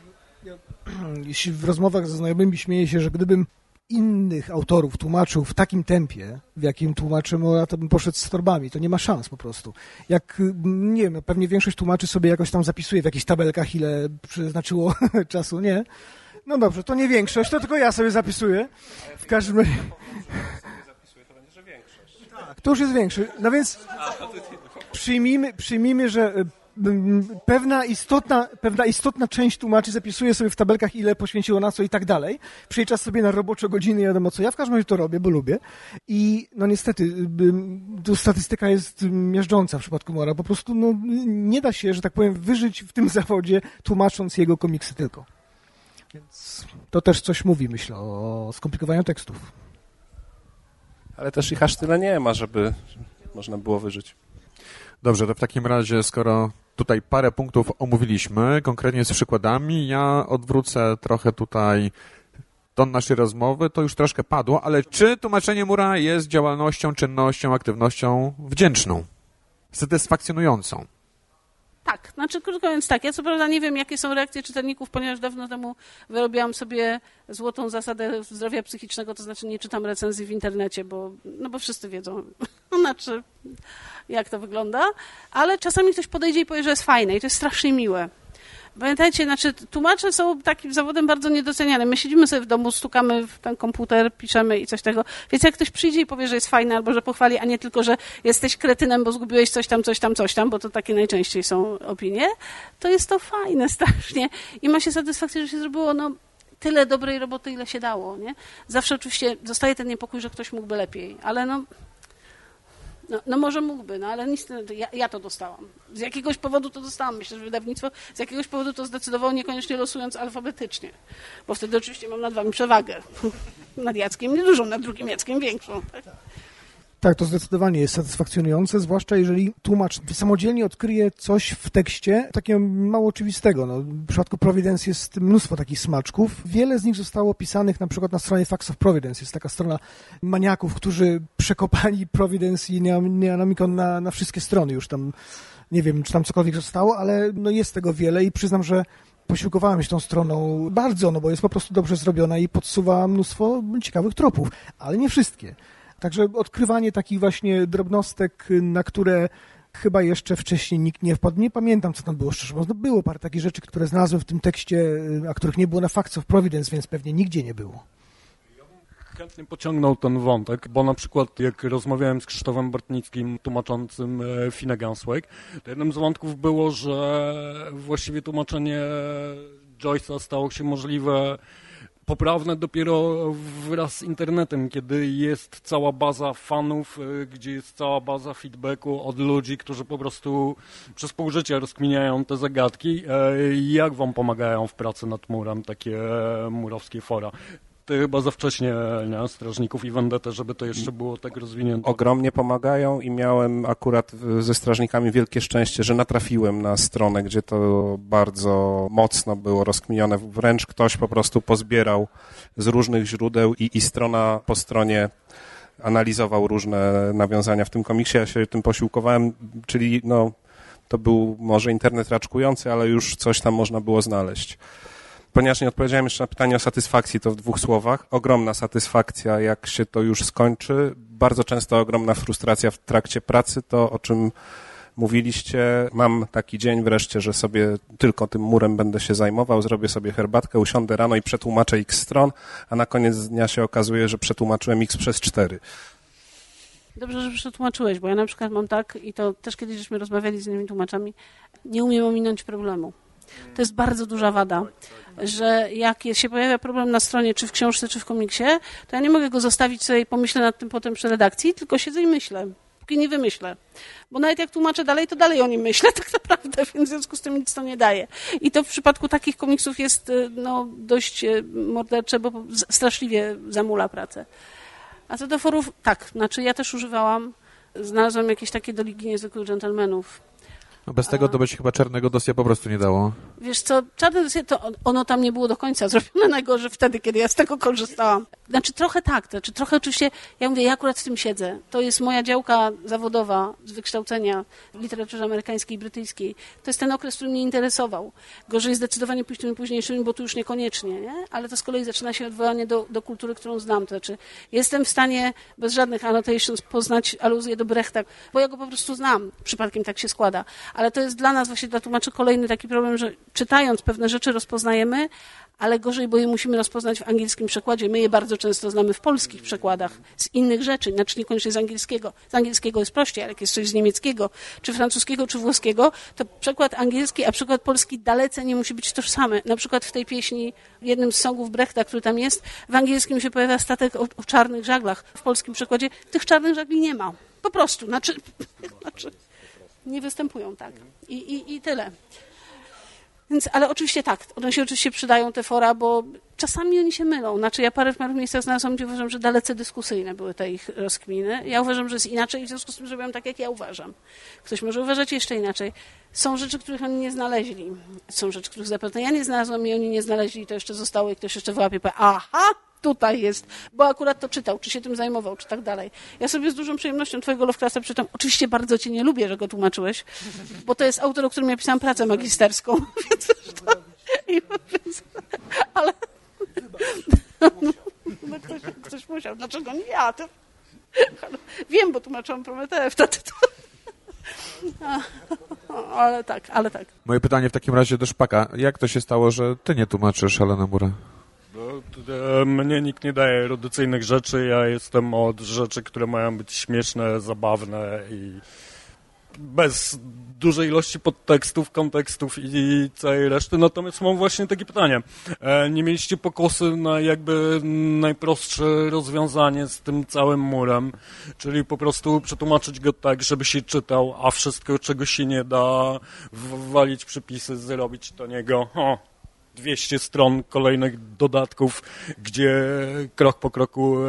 Jeśli w rozmowach ze znajomymi śmieję się, że gdybym innych autorów tłumaczył w takim tempie, w jakim tłumaczę Mura, to bym poszedł z torbami. To nie ma szans po prostu. Jak, nie wiem, pewnie większość tłumaczy sobie jakoś tam zapisuje w jakichś tabelkach, ile przeznaczyło czasu, nie? No dobrze, to nie większość, to tylko ja sobie zapisuję. W każdym razie... Tak, to już jest większość. No więc przyjmijmy, przyjmijmy, że pewna istotna, pewna istotna część tłumaczy zapisuje sobie w tabelkach, ile poświęciło na co i tak dalej. Przelicza sobie na robocze godziny, nie wiadomo co. Ja w każdym razie to robię, bo lubię. I no niestety, tu statystyka jest miażdżąca w przypadku Mura. Po prostu no, nie da się, że tak powiem, wyżyć w tym zawodzie, tłumacząc jego komiksy tylko. Więc to też coś mówi, myślę, o skomplikowaniu tekstów. Ale też ich aż tyle nie ma, żeby można było wyżyć. Dobrze, to w takim razie, skoro tutaj parę punktów omówiliśmy, konkretnie z przykładami, ja odwrócę trochę tutaj ton naszej rozmowy, to już troszkę padło, ale czy tłumaczenie Mura jest działalnością, czynnością, aktywnością wdzięczną, satysfakcjonującą? Tak, znaczy krótko mówiąc tak, ja co prawda nie wiem, jakie są reakcje czytelników, ponieważ dawno temu wyrobiłam sobie złotą zasadę zdrowia psychicznego, to znaczy nie czytam recenzji w internecie, bo, no bo wszyscy wiedzą, znaczy jak to wygląda, ale czasami ktoś podejdzie i powie, że jest fajne i to jest strasznie miłe. Pamiętajcie, znaczy tłumacze są takim zawodem bardzo niedocenianym. My siedzimy sobie w domu, stukamy w ten komputer, piszemy i coś tego. Więc jak ktoś przyjdzie i powie, że jest fajny albo że pochwali, a nie tylko, że jesteś kretynem, bo zgubiłeś coś tam, coś tam, coś tam, bo to takie najczęściej są opinie, to jest to fajne strasznie i ma się satysfakcję, że się zrobiło no, tyle dobrej roboty, ile się dało. Nie? Zawsze oczywiście zostaje ten niepokój, że ktoś mógłby lepiej, ale no... No, no może mógłby, no ale nic, ja, ja to dostałam. Z jakiegoś powodu to dostałam. Myślę, że wydawnictwo z jakiegoś powodu to zdecydowało, niekoniecznie losując alfabetycznie. Bo wtedy oczywiście mam nad wami przewagę. Nad Jackiem niedużą, nad drugim Jackiem większą. Tak? Tak, to zdecydowanie jest satysfakcjonujące, zwłaszcza jeżeli tłumacz samodzielnie odkryje coś w tekście takiego mało oczywistego. No, w przypadku Providence jest mnóstwo takich smaczków. Wiele z nich zostało opisanych na przykład na stronie Facts of Providence. Jest taka strona maniaków, którzy przekopali Providence i Neonomicon na, na wszystkie strony. Już tam nie wiem, czy tam cokolwiek zostało, ale no jest tego wiele i przyznam, że posiłkowałem się tą stroną bardzo, no bo jest po prostu dobrze zrobiona i podsuwa mnóstwo ciekawych tropów, ale nie wszystkie. Także odkrywanie takich właśnie drobnostek, na które chyba jeszcze wcześniej nikt nie wpadł. Nie pamiętam, co tam było, szczerze mówiąc. No było parę takich rzeczy, które znalazłem w tym tekście, a których nie było na Facts of Providence, więc pewnie nigdzie nie było. Chętnie pociągnął ten wątek, bo na przykład jak rozmawiałem z Krzysztofem Bartnickim, tłumaczącym Finnegan's Wake, to jednym z wątków było, że właściwie tłumaczenie Joyce'a stało się możliwe poprawne dopiero wraz z internetem, kiedy jest cała baza fanów, gdzie jest cała baza feedbacku od ludzi, którzy po prostu przez pół życia rozkminiają te zagadki. Jak wam pomagają w pracy nad Murem takie murowskie fora? Ty chyba za wcześnie, nie? Strażników i Vendetę, żeby to jeszcze było tak rozwinięte. Ogromnie pomagają i miałem akurat ze Strażnikami wielkie szczęście, że natrafiłem na stronę, gdzie to bardzo mocno było rozkminione. Wręcz ktoś po prostu pozbierał z różnych źródeł i, i strona po stronie analizował różne nawiązania w tym komiksie. Ja się tym posiłkowałem, czyli no, to był może internet raczkujący, ale już coś tam można było znaleźć. Ponieważ nie odpowiedziałem jeszcze na pytanie o satysfakcji, to w dwóch słowach. Ogromna satysfakcja, jak się to już skończy. Bardzo często ogromna frustracja w trakcie pracy, to o czym mówiliście. Mam taki dzień wreszcie, że sobie tylko tym murem będę się zajmował, zrobię sobie herbatkę, usiądę rano i przetłumaczę x stron, a na koniec dnia się okazuje, że przetłumaczyłem x przez cztery. Dobrze, że przetłumaczyłeś, bo ja na przykład mam tak, i to też kiedyś żeśmy rozmawiali z innymi tłumaczami, nie umiem ominąć problemu. To jest bardzo duża wada, że jak się pojawia problem na stronie, czy w książce, czy w komiksie, to ja nie mogę go zostawić sobie i pomyślę nad tym potem przy redakcji, tylko siedzę i myślę, póki nie wymyślę. Bo nawet jak tłumaczę dalej, to dalej o nim myślę tak naprawdę, więc w związku z tym nic to nie daje. I to w przypadku takich komiksów jest no, dość mordercze, bo straszliwie zamula pracę. A co do forów, tak, znaczy ja też używałam, znalazłam jakieś takie do Ligi Niezwykłych Dżentelmenów. No bez tego to by się chyba czarnego dosia po prostu nie dało. Wiesz co, czarne dosie, to ono tam nie było do końca zrobione najgorzej wtedy, kiedy ja z tego korzystałam. Znaczy trochę tak, znaczy trochę oczywiście, ja mówię, ja akurat w tym siedzę. To jest moja działka zawodowa z wykształcenia w literaturze amerykańskiej i brytyjskiej. To jest ten okres, który mnie interesował. Gorzej zdecydowanie tymi późniejszymi, bo tu już niekoniecznie, nie? Ale to z kolei zaczyna się odwołanie do, do kultury, którą znam. To znaczy jestem w stanie bez żadnych annotations poznać aluzję do Brechta, bo ja go po prostu znam. Przypadkiem tak się składa. Ale to jest dla nas, właśnie dla tłumaczy, kolejny taki problem, że czytając pewne rzeczy rozpoznajemy, ale gorzej, bo je musimy rozpoznać w angielskim przekładzie. My je bardzo często znamy w polskich przekładach z innych rzeczy, znaczy niekoniecznie z angielskiego. Z angielskiego jest prościej, ale jak jest coś z niemieckiego, czy francuskiego, czy włoskiego, to przekład angielski, a przekład polski dalece nie musi być tożsamy. Na przykład w tej pieśni, jednym z songów Brechta, który tam jest, w angielskim się pojawia statek o, o czarnych żaglach. W polskim przekładzie tych czarnych żagli nie ma. Po prostu. Znaczy, znaczy nie występują tak. I, i, i tyle. Więc, ale oczywiście tak, one się oczywiście przydają, te fora, bo czasami oni się mylą. Znaczy ja parę w paru miejscach znalazłam, gdzie uważam, że dalece dyskusyjne były te ich rozkminy. Ja uważam, że jest inaczej i w związku z tym zrobiłam tak, jak ja uważam. Ktoś może uważać jeszcze inaczej. Są rzeczy, których oni nie znaleźli. Są rzeczy, których zapewne ja nie znalazłam i oni nie znaleźli i to jeszcze zostało i ktoś jeszcze wyłapie i powie, aha, tutaj jest, bo akurat to czytał, czy się tym zajmował, czy tak dalej. Ja sobie z dużą przyjemnością twojego Lovecrafta przeczytam. Oczywiście bardzo cię nie lubię, że go tłumaczyłeś, bo to jest autor, o którym ja pisałam pracę magisterską, więc to, i, więc, ale no, ktoś, ktoś musiał. Dlaczego nie ja? To, wiem, bo tłumaczyłam Prometeę wtedy. To, ale tak, ale tak. Moje pytanie w takim razie do Szpaka. Jak to się stało, że ty nie tłumaczysz Alana Moore'a? Bo mnie nikt nie daje erudycyjnych rzeczy, ja jestem od rzeczy, które mają być śmieszne, zabawne i bez dużej ilości podtekstów, kontekstów i całej reszty. Natomiast mam właśnie takie pytanie. Nie mieliście pokusy na jakby najprostsze rozwiązanie z tym całym murem, czyli po prostu przetłumaczyć go tak, żeby się czytał, a wszystko, czego się nie da, walić przypisy, zrobić do niego o, dwieście stron kolejnych dodatków, gdzie krok po kroku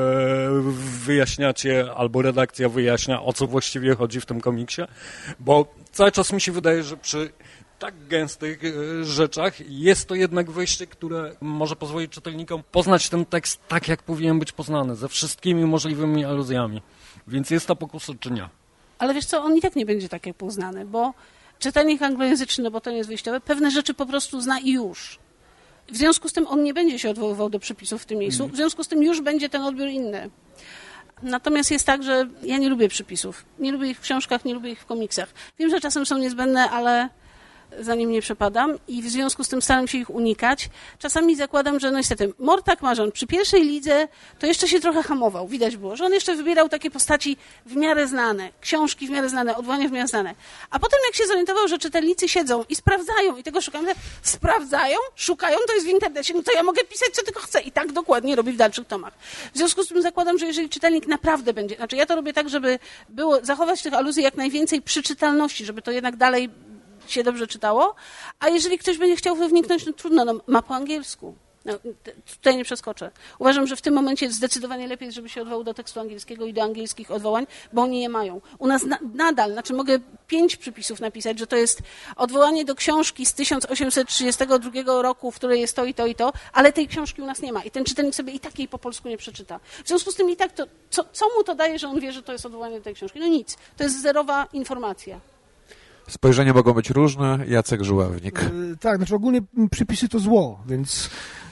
wyjaśniacie, albo redakcja wyjaśnia, o co właściwie chodzi w tym komiksie, bo cały czas mi się wydaje, że przy tak gęstych rzeczach jest to jednak wyjście, które może pozwolić czytelnikom poznać ten tekst tak, jak powinien być poznany, ze wszystkimi możliwymi aluzjami. Więc jest to pokusa, czy nie? Ale wiesz co, on i tak nie będzie tak jak poznany, bo czytelnik anglojęzyczny, no bo to nie jest wyjściowe, pewne rzeczy po prostu zna i już. W związku z tym on nie będzie się odwoływał do przepisów w tym miejscu, w związku z tym już będzie ten odbiór inny. Natomiast jest tak, że ja nie lubię przepisów. Nie lubię ich w książkach, nie lubię ich w komiksach. Wiem, że czasem są niezbędne, ale za nim nie przepadam i w związku z tym staram się ich unikać. Czasami zakładam, że no niestety, Moore tak ma, że on przy pierwszej lidze to jeszcze się trochę hamował. Widać było, że on jeszcze wybierał takie postaci w miarę znane, książki w miarę znane, odwołania w miarę znane. A potem jak się zorientował, że czytelnicy siedzą i sprawdzają i tego szukają, sprawdzają, szukają, to jest w internecie, no to ja mogę pisać, co tylko chcę. I tak dokładnie robi w dalszych tomach. W związku z tym zakładam, że jeżeli czytelnik naprawdę będzie, znaczy ja to robię tak, żeby było zachować tych aluzji jak najwięcej przy czytalności, żeby to jednak dalej się dobrze czytało, a jeżeli ktoś będzie chciał wniknąć, no trudno, no, ma po angielsku. No, tutaj nie przeskoczę. Uważam, że w tym momencie zdecydowanie lepiej, żeby się odwołał do tekstu angielskiego i do angielskich odwołań, bo oni je mają. U nas na, nadal, znaczy mogę pięć przypisów napisać, że to jest odwołanie do książki z tysiąc osiemset trzydziestego drugiego roku, w której jest to i to i to, ale tej książki u nas nie ma i ten czytelnik sobie i tak jej po polsku nie przeczyta. W związku z tym i tak to, co, co mu to daje, że on wie, że to jest odwołanie do tej książki? No nic. To jest zerowa informacja. Spojrzenia mogą być różne. Jacek Żuławnik. Yy, tak, znaczy ogólnie przypisy to zło, więc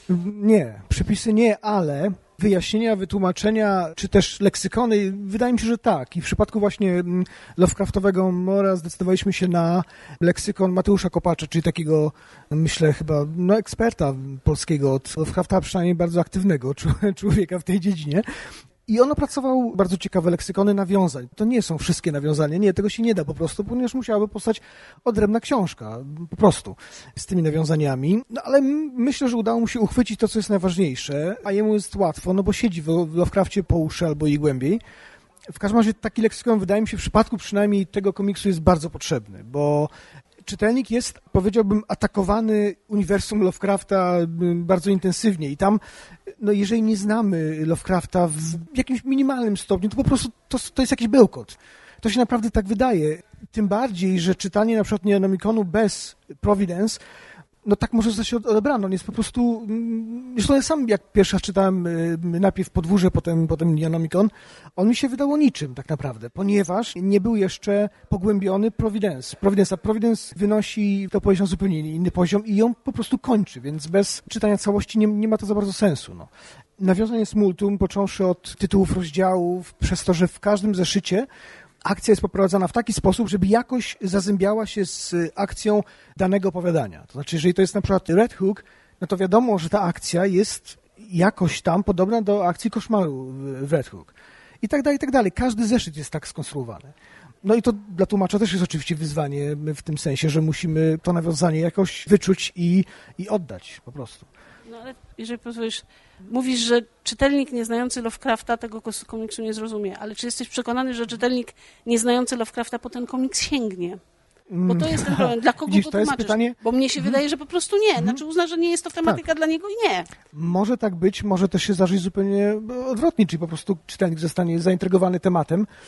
nie, przypisy nie, ale wyjaśnienia, wytłumaczenia, czy też leksykony, wydaje mi się, że tak. I w przypadku właśnie Lovecraftowego Moore'a zdecydowaliśmy się na leksykon Mateusza Kopacza, czyli takiego, myślę, chyba no, eksperta polskiego od Lovecrafta, przynajmniej bardzo aktywnego człowieka w tej dziedzinie. I on opracował bardzo ciekawe leksykony nawiązań. To nie są wszystkie nawiązania, nie, tego się nie da po prostu, ponieważ musiałaby powstać odrębna książka, po prostu, z tymi nawiązaniami. No ale myślę, że udało mu się uchwycić to, co jest najważniejsze, a jemu jest łatwo, no bo siedzi w Lovecrafcie po uszy albo i głębiej. W każdym razie taki leksykon, wydaje mi się, w przypadku przynajmniej tego komiksu jest bardzo potrzebny, bo czytelnik jest, powiedziałbym, atakowany uniwersum Lovecrafta bardzo intensywnie i tam, no jeżeli nie znamy Lovecrafta w jakimś minimalnym stopniu, to po prostu to, to jest jakiś bełkot. To się naprawdę tak wydaje. Tym bardziej, że czytanie na przykład Neonomiconu bez Providence, no tak może zostać odebrano. On jest po prostu... Zresztą ja sam, jak pierwszy raz czytałem najpierw Podwórze, potem, potem Neonomicon, on mi się wydało niczym tak naprawdę, ponieważ nie był jeszcze pogłębiony Providence. Providence, a Providence wynosi to poziom zupełnie inny poziom i ją po prostu kończy, więc bez czytania całości nie, nie ma to za bardzo sensu. No. Nawiązań jest multum, począwszy od tytułów rozdziałów, przez to, że w każdym zeszycie akcja jest poprowadzana w taki sposób, żeby jakoś zazębiała się z akcją danego opowiadania. To znaczy, jeżeli to jest na przykład Red Hook, no to wiadomo, że ta akcja jest jakoś tam podobna do akcji Koszmaru w Red Hook. I tak dalej, i tak dalej. Każdy zeszyt jest tak skonstruowany. No i to dla tłumacza też jest oczywiście wyzwanie w tym sensie, że musimy to nawiązanie jakoś wyczuć i, i oddać po prostu. No ale jeżeli pozwolisz, mówisz, że czytelnik nieznający Lovecrafta tego komiksu nie zrozumie, ale czy jesteś przekonany, że czytelnik nieznający Lovecrafta po ten komiks sięgnie? Bo to jest ten problem. Dla kogo Widzisz, go to jest tłumaczysz? pytanie... Bo mnie się wydaje, że po prostu nie. Znaczy uzna, że nie jest to tematyka tak. dla niego i nie. Może tak być, może też się zdarzyć zupełnie odwrotnie, czyli po prostu czytelnik zostanie zaintrygowany tematem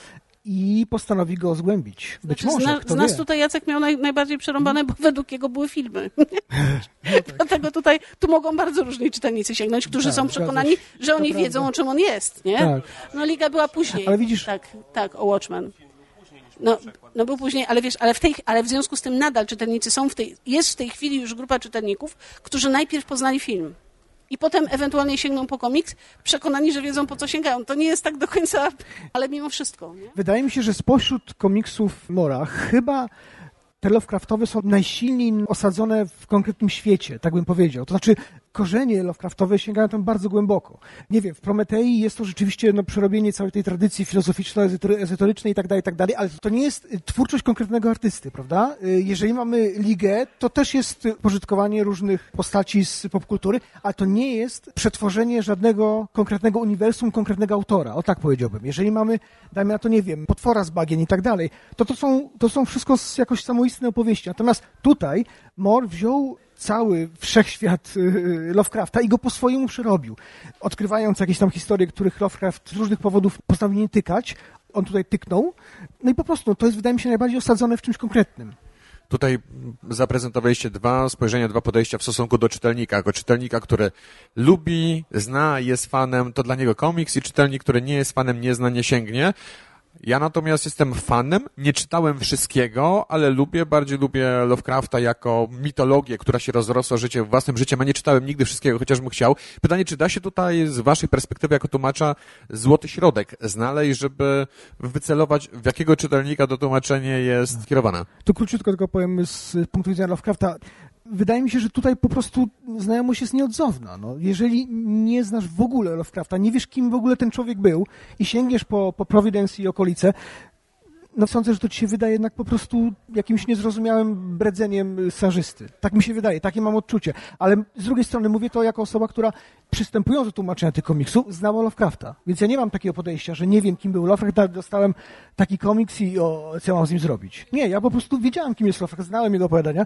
i postanowi go zgłębić. Być Znaczy, może, zna, kto z nas wie. tutaj Jacek miał naj, najbardziej przerąbane, bo według jego były filmy. Dlatego tutaj, tu mogą bardzo różni czytelnicy sięgnąć, którzy Tak, są zgadza przekonani, się. że oni To wiedzą, prawda. o czym on jest, nie? Tak. No Liga była później. Ale widzisz- Tak, tak, o Watchmen. No, no był później, ale wiesz, ale w, tej, ale w związku z tym nadal czytelnicy są w tej, jest w tej chwili już grupa czytelników, którzy najpierw poznali film i potem ewentualnie sięgną po komiks, przekonani, że wiedzą, po co sięgają. To nie jest tak do końca, ale mimo wszystko. Nie? Wydaje mi się, że spośród komiksów Mora chyba te Lovecraftowe są najsilniej osadzone w konkretnym świecie, tak bym powiedział. To znaczy korzenie Lovecraftowe sięgają tam bardzo głęboko. Nie wiem, w Prometei jest to rzeczywiście no, przerobienie całej tej tradycji filozoficzno-ezoterycznej i tak dalej, i tak dalej, ale to nie jest twórczość konkretnego artysty, prawda? Jeżeli mamy Ligę, to też jest pożytkowanie różnych postaci z popkultury, ale to nie jest przetworzenie żadnego konkretnego uniwersum, konkretnego autora, o tak powiedziałbym. Jeżeli mamy, dajmy na to, nie wiem, Potwora z bagien i tak dalej, to to są, to są wszystko jakoś samoistne opowieści. Natomiast tutaj Moore wziął cały wszechświat y, Lovecrafta i go po swojemu przerobił. Odkrywając jakieś tam historie, których Lovecraft z różnych powodów postanowił nie tykać, on tutaj tyknął. No i po prostu to jest, wydaje mi się, najbardziej osadzone w czymś konkretnym. Tutaj zaprezentowaliście dwa spojrzenia, dwa podejścia w stosunku do czytelnika. Jako czytelnika, który lubi, zna, jest fanem, to dla niego komiks, i czytelnik, który nie jest fanem, nie zna, nie sięgnie. Ja natomiast jestem fanem, nie czytałem wszystkiego, ale lubię, bardziej lubię Lovecrafta jako mitologię, która się rozrosła życie własnym życiem, a nie czytałem nigdy wszystkiego, chociażbym chciał. Pytanie, czy da się tutaj z waszej perspektywy jako tłumacza złoty środek znaleźć, żeby wycelować, w jakiego czytelnika to tłumaczenie jest kierowane? Tu króciutko tylko powiem z punktu widzenia Lovecrafta. Wydaje mi się, że tutaj po prostu znajomość jest nieodzowna. No, jeżeli nie znasz w ogóle Lovecrafta, nie wiesz, kim w ogóle ten człowiek był i sięgniesz po, po Providence i okolice, no sądzę, że to ci się wydaje jednak po prostu jakimś niezrozumiałym bredzeniem sarzysty. Tak mi się wydaje, takie mam odczucie. Ale z drugiej strony mówię to jako osoba, która przystępując do tłumaczenia tych komiksów, znała Lovecrafta. Więc ja nie mam takiego podejścia, że nie wiem, kim był Lovecraft, ale dostałem taki komiks i o, co mam z nim zrobić. Nie, ja po prostu wiedziałem, kim jest Lovecraft, znałem jego opowiadania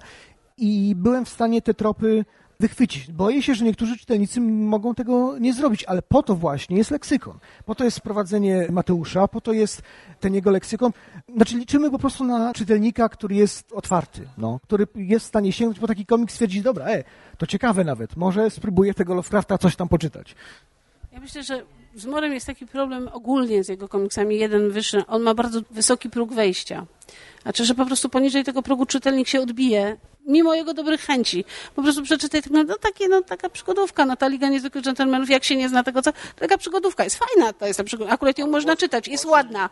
i byłem w stanie te tropy wychwycić. Boję się, że niektórzy czytelnicy mogą tego nie zrobić, ale po to właśnie jest leksykon. Po to jest sprowadzenie Mateusza, po to jest ten jego leksykon. Znaczy liczymy po prostu na czytelnika, który jest otwarty, no, który jest w stanie sięgnąć po taki komik, stwierdzić, dobra, e, to ciekawe nawet, może spróbuję tego Lovecrafta coś tam poczytać. Ja myślę, że z Morem jest taki problem ogólnie z jego komiksami, jeden wyższy. On ma bardzo wysoki próg wejścia. Znaczy, że po prostu poniżej tego progu czytelnik się odbije, mimo jego dobrych chęci. Po prostu przeczytaj, tak, no, no takie, no taka przygodówka, no ta Liga Niezwykłych Dżentelmenów, jak się nie zna tego, co, taka przygodówka, jest fajna, to jest ta przygodówka, akurat ją można czytać, jest ładna.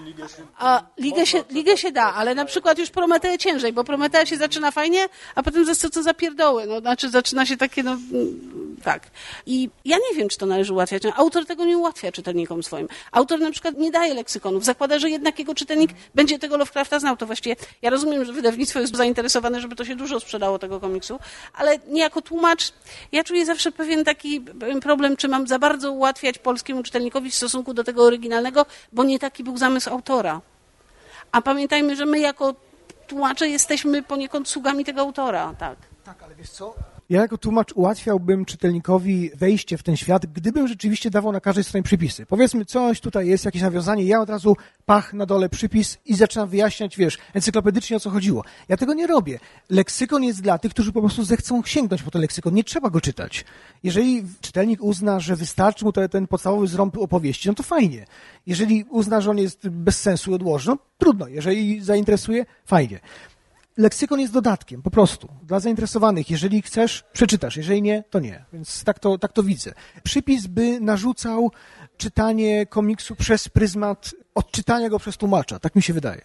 A Ligę się, Ligę się da, ale na przykład już Prometeę ciężej, bo Prometea się zaczyna fajnie, a potem za co za pierdoły, no, znaczy zaczyna się takie, no, tak. I ja nie wiem, czy to należy ułatwiać. Autor tego nie ułatwia czytelnikom swoim. Autor na przykład nie daje leksykonów, zakłada, że jednak jego czytelnik będzie tego Lovecrafta znał. To właściwie, ja rozumiem, że wydawnictwo jest zainteresowane, żeby to się dużo sprzedało tego komiksu, ale nie jako tłumacz, ja czuję zawsze pewien taki problem, czy mam za bardzo ułatwiać polskiemu czytelnikowi w stosunku do tego oryginalnego, bo nie taki był zamysł autora. A pamiętajmy, że my jako tłumacze jesteśmy poniekąd sługami tego autora, tak. Tak, ale wiesz co? Ja jako tłumacz ułatwiałbym czytelnikowi wejście w ten świat, gdybym rzeczywiście dawał na każdej stronie przypisy. Powiedzmy, coś tutaj jest, jakieś nawiązanie, ja od razu pach na dole przypis i zaczynam wyjaśniać, wiesz, encyklopedycznie o co chodziło. Ja tego nie robię. Leksykon jest dla tych, którzy po prostu zechcą sięgnąć po ten leksykon. Nie trzeba go czytać. Jeżeli czytelnik uzna, że wystarczy mu ten, ten podstawowy zrąb opowieści, no to fajnie. Jeżeli uzna, że on jest bez sensu i odłoży, no trudno. Jeżeli zainteresuje, fajnie. Leksykon jest dodatkiem, po prostu, dla zainteresowanych. Jeżeli chcesz, przeczytasz, jeżeli nie, to nie. Więc tak to, tak to widzę. Przypis by narzucał czytanie komiksu przez pryzmat odczytania go przez tłumacza. Tak mi się wydaje.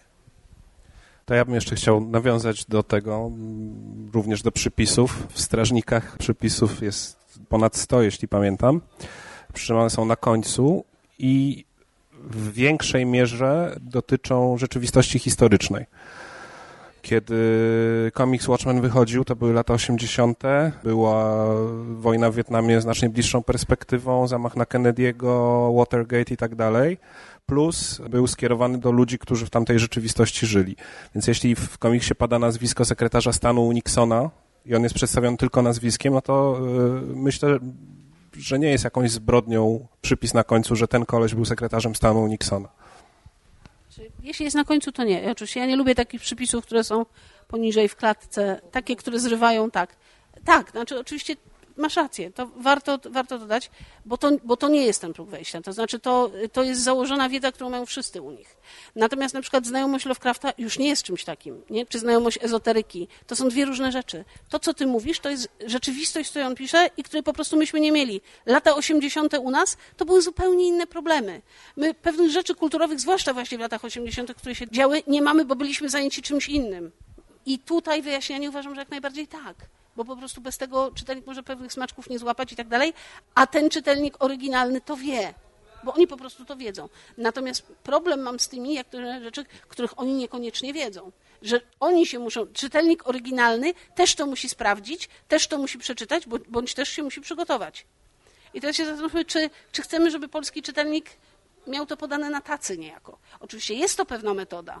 To ja bym jeszcze chciał nawiązać do tego, również do przypisów. W Strażnikach przypisów jest ponad sto, jeśli pamiętam. Przy czym one są na końcu i w większej mierze dotyczą rzeczywistości historycznej. Kiedy komiks Watchmen wychodził, to były lata osiemdziesiąte. Była wojna w Wietnamie znacznie bliższą perspektywą, zamach na Kennedy'ego, Watergate i tak dalej. Plus był skierowany do ludzi, którzy w tamtej rzeczywistości żyli. Więc jeśli w komiksie pada nazwisko sekretarza stanu Nixona i on jest przedstawiony tylko nazwiskiem, no to yy, myślę, że nie jest jakąś zbrodnią przypis na końcu, że ten koleś był sekretarzem stanu Nixona. Jeśli jest na końcu, to nie. Oczywiście ja nie lubię takich przypisów, które są poniżej w klatce, takie, które zrywają tak. Tak, znaczy oczywiście masz rację, to warto, warto dodać, bo to, bo to nie jest ten próg wejścia. To znaczy to, to jest założona wiedza, którą mają wszyscy u nich. Natomiast na przykład znajomość Lovecrafta już nie jest czymś takim, nie? Czy znajomość ezoteryki. To są dwie różne rzeczy. To, co ty mówisz, to jest rzeczywistość, którą on pisze i której po prostu myśmy nie mieli. Lata osiemdziesiąte u nas to były zupełnie inne problemy. My pewnych rzeczy kulturowych, zwłaszcza właśnie w latach osiemdziesiątych, które się działy, nie mamy, bo byliśmy zajęci czymś innym. I tutaj wyjaśnianie uważam, że jak najbardziej tak. Bo po prostu bez tego czytelnik może pewnych smaczków nie złapać i tak dalej, a ten czytelnik oryginalny to wie, bo oni po prostu to wiedzą. Natomiast problem mam z tymi jak to rzeczy, których oni niekoniecznie wiedzą, że oni się muszą, czytelnik oryginalny też to musi sprawdzić, też to musi przeczytać, bądź też się musi przygotować. I teraz się zastanówmy, czy, czy chcemy, żeby polski czytelnik miał to podane na tacy niejako. Oczywiście jest to pewna metoda.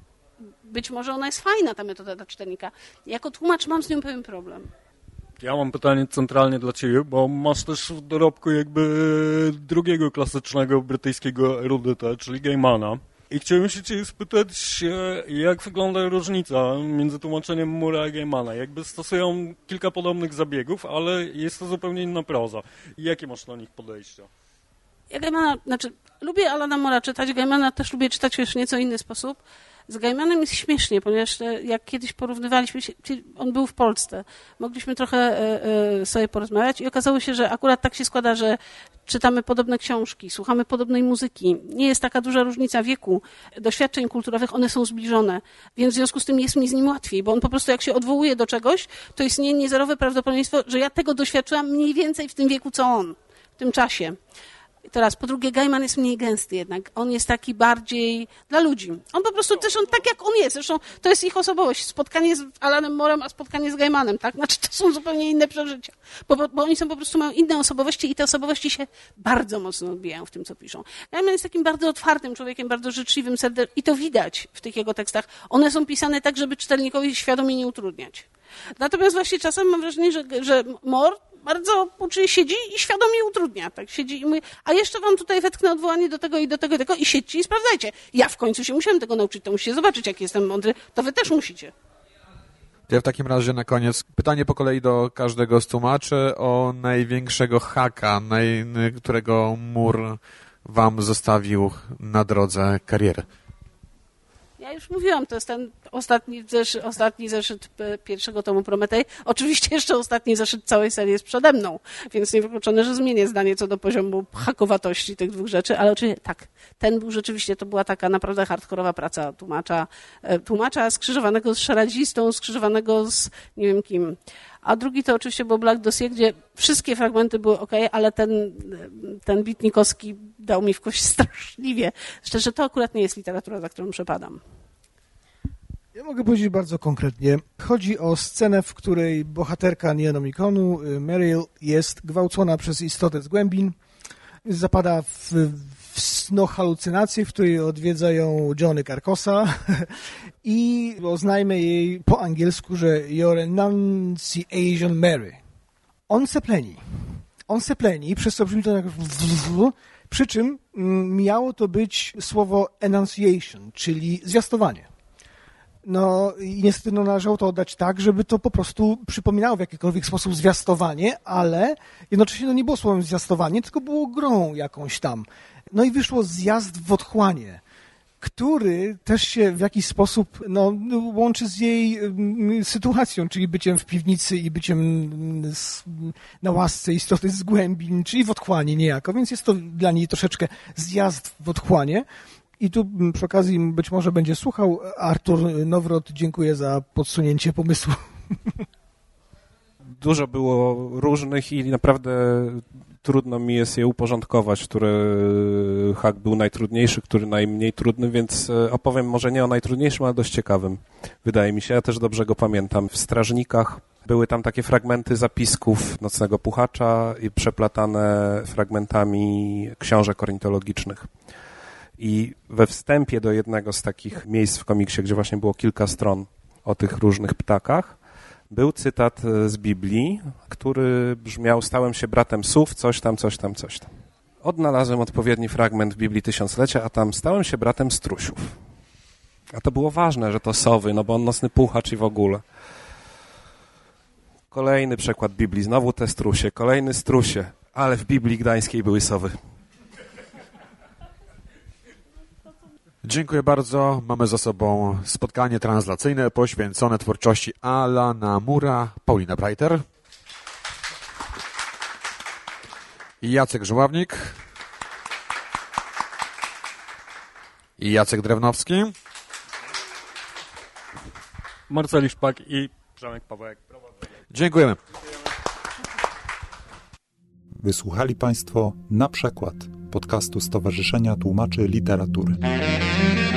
Być może ona jest fajna, ta metoda dla czytelnika. Jako tłumacz mam z nią pewien problem. Ja mam pytanie centralnie dla ciebie, bo masz też w dorobku jakby drugiego klasycznego brytyjskiego erudyta, czyli Gaimana. I chciałem się ciebie spytać, jak wygląda różnica między tłumaczeniem Moore'a a Gaimana. Jakby stosują kilka podobnych zabiegów, ale jest to zupełnie inna proza. I jakie masz do nich podejścia? Ja Gaimana, znaczy lubię Alana Moore'a czytać, Gaimana też lubię czytać w nieco inny sposób. Z Gaimanem jest śmiesznie, ponieważ jak kiedyś porównywaliśmy się, on był w Polsce, mogliśmy trochę sobie porozmawiać i okazało się, że akurat tak się składa, że czytamy podobne książki, słuchamy podobnej muzyki. Nie jest taka duża różnica wieku, doświadczeń kulturowych, one są zbliżone, więc w związku z tym jest mi z nim łatwiej, bo on po prostu jak się odwołuje do czegoś, to istnieje niezerowe prawdopodobieństwo, że ja tego doświadczyłam mniej więcej w tym wieku, co on, w tym czasie. Teraz, po drugie, Gaiman jest mniej gęsty jednak. On jest taki bardziej dla ludzi. On po prostu też, on tak jak on jest. Zresztą to jest ich osobowość. Spotkanie z Alanem Moorem, a spotkanie z Gaimanem, tak? Znaczy, to są zupełnie inne przeżycia. Bo, bo, bo oni są po prostu, mają inne osobowości i te osobowości się bardzo mocno odbijają w tym, co piszą. Gaiman jest takim bardzo otwartym człowiekiem, bardzo życzliwym, serdecznym i to widać w tych jego tekstach. One są pisane tak, żeby czytelnikowi świadomie nie utrudniać. Natomiast właśnie czasem mam wrażenie, że, że Moore bardzo uczy, siedzi i świadomie utrudnia. Tak siedzi i mówi, a jeszcze wam tutaj wetknę odwołanie do tego i do tego i tego i siedźcie i sprawdzajcie. Ja w końcu się musiałem tego nauczyć, to musicie zobaczyć, jak jestem mądry, to wy też musicie. Ja w takim razie na koniec pytanie po kolei do każdego z tłumaczy o największego haka, naj, którego Moore wam zostawił na drodze kariery. Ja już mówiłam, to jest ten ostatni, zeszy, ostatni zeszyt pierwszego tomu Prometej. Oczywiście jeszcze ostatni zeszyt całej serii jest przede mną, więc niewykluczone, że zmienię zdanie co do poziomu hakowatości tych dwóch rzeczy, ale oczywiście tak, ten był rzeczywiście, to była taka naprawdę hardkorowa praca tłumacza, tłumacza skrzyżowanego z szaradzistą, skrzyżowanego z nie wiem kim. A drugi to oczywiście był Black Dossier, gdzie wszystkie fragmenty były ok, ale ten, ten Bitnikowski dał mi w kość straszliwie. Szczerze, to akurat nie jest literatura, za którą przepadam. Ja mogę powiedzieć bardzo konkretnie. Chodzi o scenę, w której bohaterka Neonomiconu, Meryl, jest gwałcona przez istotę z głębin. Zapada w, w sno-halucynację, w której odwiedza ją Johnny Carcosa i oznajmia jej po angielsku, że you're Enunciation Mary. On se pleni. On se pleni, przez co brzmi to jak w, przy czym miało to być słowo enunciation, czyli zwiastowanie. No i niestety no, należało to oddać tak, żeby to po prostu przypominało w jakikolwiek sposób zwiastowanie, ale jednocześnie no, nie było słowem zwiastowanie, tylko było grą jakąś tam. No i wyszło zjazd w otchłanie, który też się w jakiś sposób no, łączy z jej y, sytuacją, czyli byciem w piwnicy i byciem z, na łasce istoty z głębin, czyli w otchłanie niejako, więc jest to dla niej troszeczkę zjazd w otchłanie. I tu przy okazji być może będzie słuchał Artur Nowrot, dziękuję za podsunięcie pomysłu. Dużo było różnych i naprawdę trudno mi jest je uporządkować, który hak był najtrudniejszy, który najmniej trudny, więc opowiem może nie o najtrudniejszym, ale dość ciekawym. Wydaje mi się, ja też dobrze go pamiętam. W Strażnikach były tam takie fragmenty zapisków Nocnego Puchacza i przeplatane fragmentami książek ornitologicznych. I we wstępie do jednego z takich miejsc w komiksie, gdzie właśnie było kilka stron o tych różnych ptakach, był cytat z Biblii, który brzmiał: stałem się bratem sów, coś tam, coś tam, coś tam. Odnalazłem odpowiedni fragment w Biblii Tysiąclecia, a tam: stałem się bratem strusiów. A to było ważne, że to sowy, no bo on nocny puchacz i w ogóle. Kolejny przekład Biblii, znowu te strusie, kolejny strusie, ale w Biblii Gdańskiej były sowy. Dziękuję bardzo. Mamy za sobą spotkanie translacyjne poświęcone twórczości Alana Moore'a, Paulina Breiter i Jacek Żuławnik i Jacek Drewnowski. Marceli Szpak i Przemek Pawełek. Dziękujemy. Wysłuchali Państwo Na Przekład podcastu Stowarzyszenia Tłumaczy Literatury.